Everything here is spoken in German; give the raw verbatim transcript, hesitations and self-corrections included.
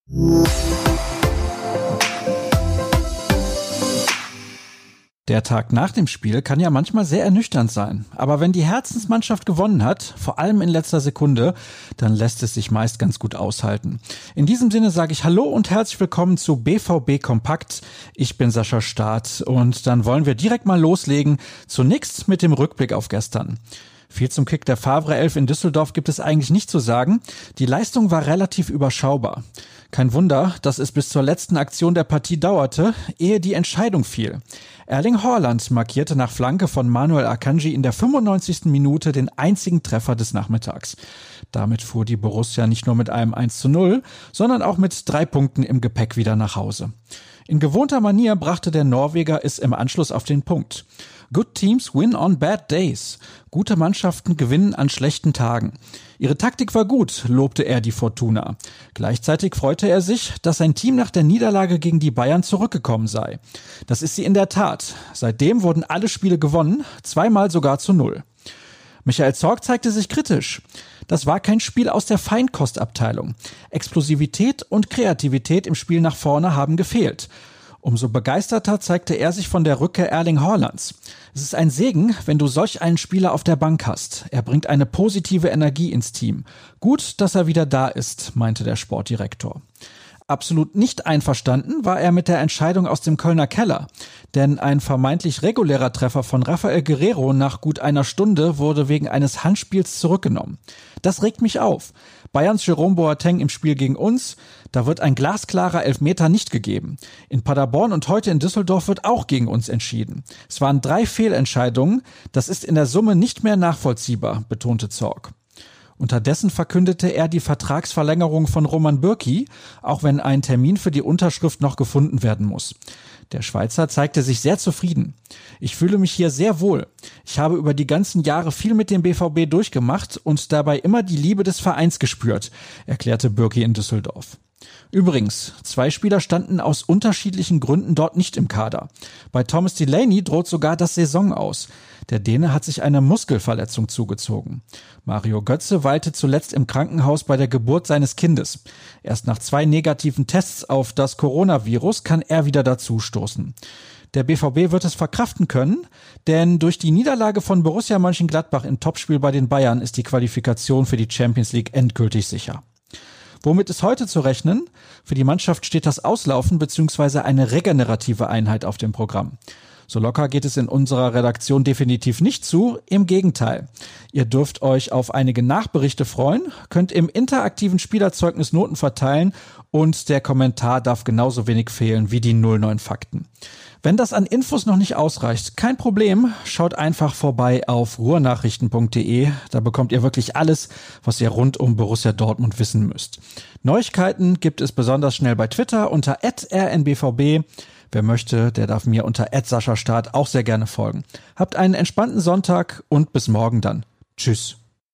Der Tag nach dem Spiel kann ja manchmal sehr ernüchternd sein. Aber wenn die Herzensmannschaft gewonnen hat, vor allem in letzter Sekunde, dann lässt es sich meist ganz gut aushalten. In diesem Sinne sage ich Hallo und herzlich willkommen zu B V B Kompakt. Ich bin Sascha Staat und dann wollen wir direkt mal loslegen. Zunächst mit dem Rückblick auf gestern. Viel zum Kick der Favre-Elf in Düsseldorf gibt es eigentlich nicht zu sagen. Die Leistung war relativ überschaubar. Kein Wunder, dass es bis zur letzten Aktion der Partie dauerte, ehe die Entscheidung fiel. Erling Haaland markierte nach Flanke von Manuel Akanji in der fünfundneunzigsten Minute den einzigen Treffer des Nachmittags. Damit fuhr die Borussia nicht nur mit einem eins zu null, sondern auch mit drei Punkten im Gepäck wieder nach Hause. In gewohnter Manier brachte der Norweger es im Anschluss auf den Punkt. Good teams win on bad days. Gute Mannschaften gewinnen an schlechten Tagen. Ihre Taktik war gut, lobte er die Fortuna. Gleichzeitig freute er sich, dass sein Team nach der Niederlage gegen die Bayern zurückgekommen sei. Das ist sie in der Tat. Seitdem wurden alle Spiele gewonnen, zweimal sogar zu null. Michael Zorc zeigte sich kritisch. Das war kein Spiel aus der Feinkostabteilung. Explosivität und Kreativität im Spiel nach vorne haben gefehlt. Umso begeisterter zeigte er sich von der Rückkehr Erling Haalands. Es ist ein Segen, wenn du solch einen Spieler auf der Bank hast. Er bringt eine positive Energie ins Team. Gut, dass er wieder da ist, meinte der Sportdirektor. Absolut nicht einverstanden war er mit der Entscheidung aus dem Kölner Keller. Denn ein vermeintlich regulärer Treffer von Rafael Guerreiro nach gut einer Stunde wurde wegen eines Handspiels zurückgenommen. Das regt mich auf. Bayerns Jerome Boateng im Spiel gegen uns, da wird ein glasklarer Elfmeter nicht gegeben. In Paderborn und heute in Düsseldorf wird auch gegen uns entschieden. Es waren drei Fehlentscheidungen, das ist in der Summe nicht mehr nachvollziehbar, betonte Zorc. Unterdessen verkündete er die Vertragsverlängerung von Roman Bürki, auch wenn ein Termin für die Unterschrift noch gefunden werden muss. Der Schweizer zeigte sich sehr zufrieden. Ich fühle mich hier sehr wohl. Ich habe über die ganzen Jahre viel mit dem B V B durchgemacht und dabei immer die Liebe des Vereins gespürt, erklärte Bürki in Düsseldorf. Übrigens, zwei Spieler standen aus unterschiedlichen Gründen dort nicht im Kader. Bei Thomas Delaney droht sogar das Saison aus. Der Däne hat sich eine Muskelverletzung zugezogen. Mario Götze weilte zuletzt im Krankenhaus bei der Geburt seines Kindes. Erst nach zwei negativen Tests auf das Coronavirus kann er wieder dazustoßen. Der B V B wird es verkraften können, denn durch die Niederlage von Borussia Mönchengladbach im Topspiel bei den Bayern ist die Qualifikation für die Champions League endgültig sicher. Womit ist heute zu rechnen? Für die Mannschaft steht das Auslaufen bzw. eine regenerative Einheit auf dem Programm. So locker geht es in unserer Redaktion definitiv nicht zu, im Gegenteil. Ihr dürft euch auf einige Nachberichte freuen, könnt im interaktiven Spielerzeugnis Noten verteilen und der Kommentar darf genauso wenig fehlen wie die null neun Fakten. Wenn das an Infos noch nicht ausreicht, kein Problem, schaut einfach vorbei auf ruhrnachrichten punkt de, da bekommt ihr wirklich alles, was ihr rund um Borussia Dortmund wissen müsst. Neuigkeiten gibt es besonders schnell bei Twitter unter at r n b v b. Wer möchte, der darf mir unter at sascha staat auch sehr gerne folgen. Habt einen entspannten Sonntag und bis morgen dann. Tschüss.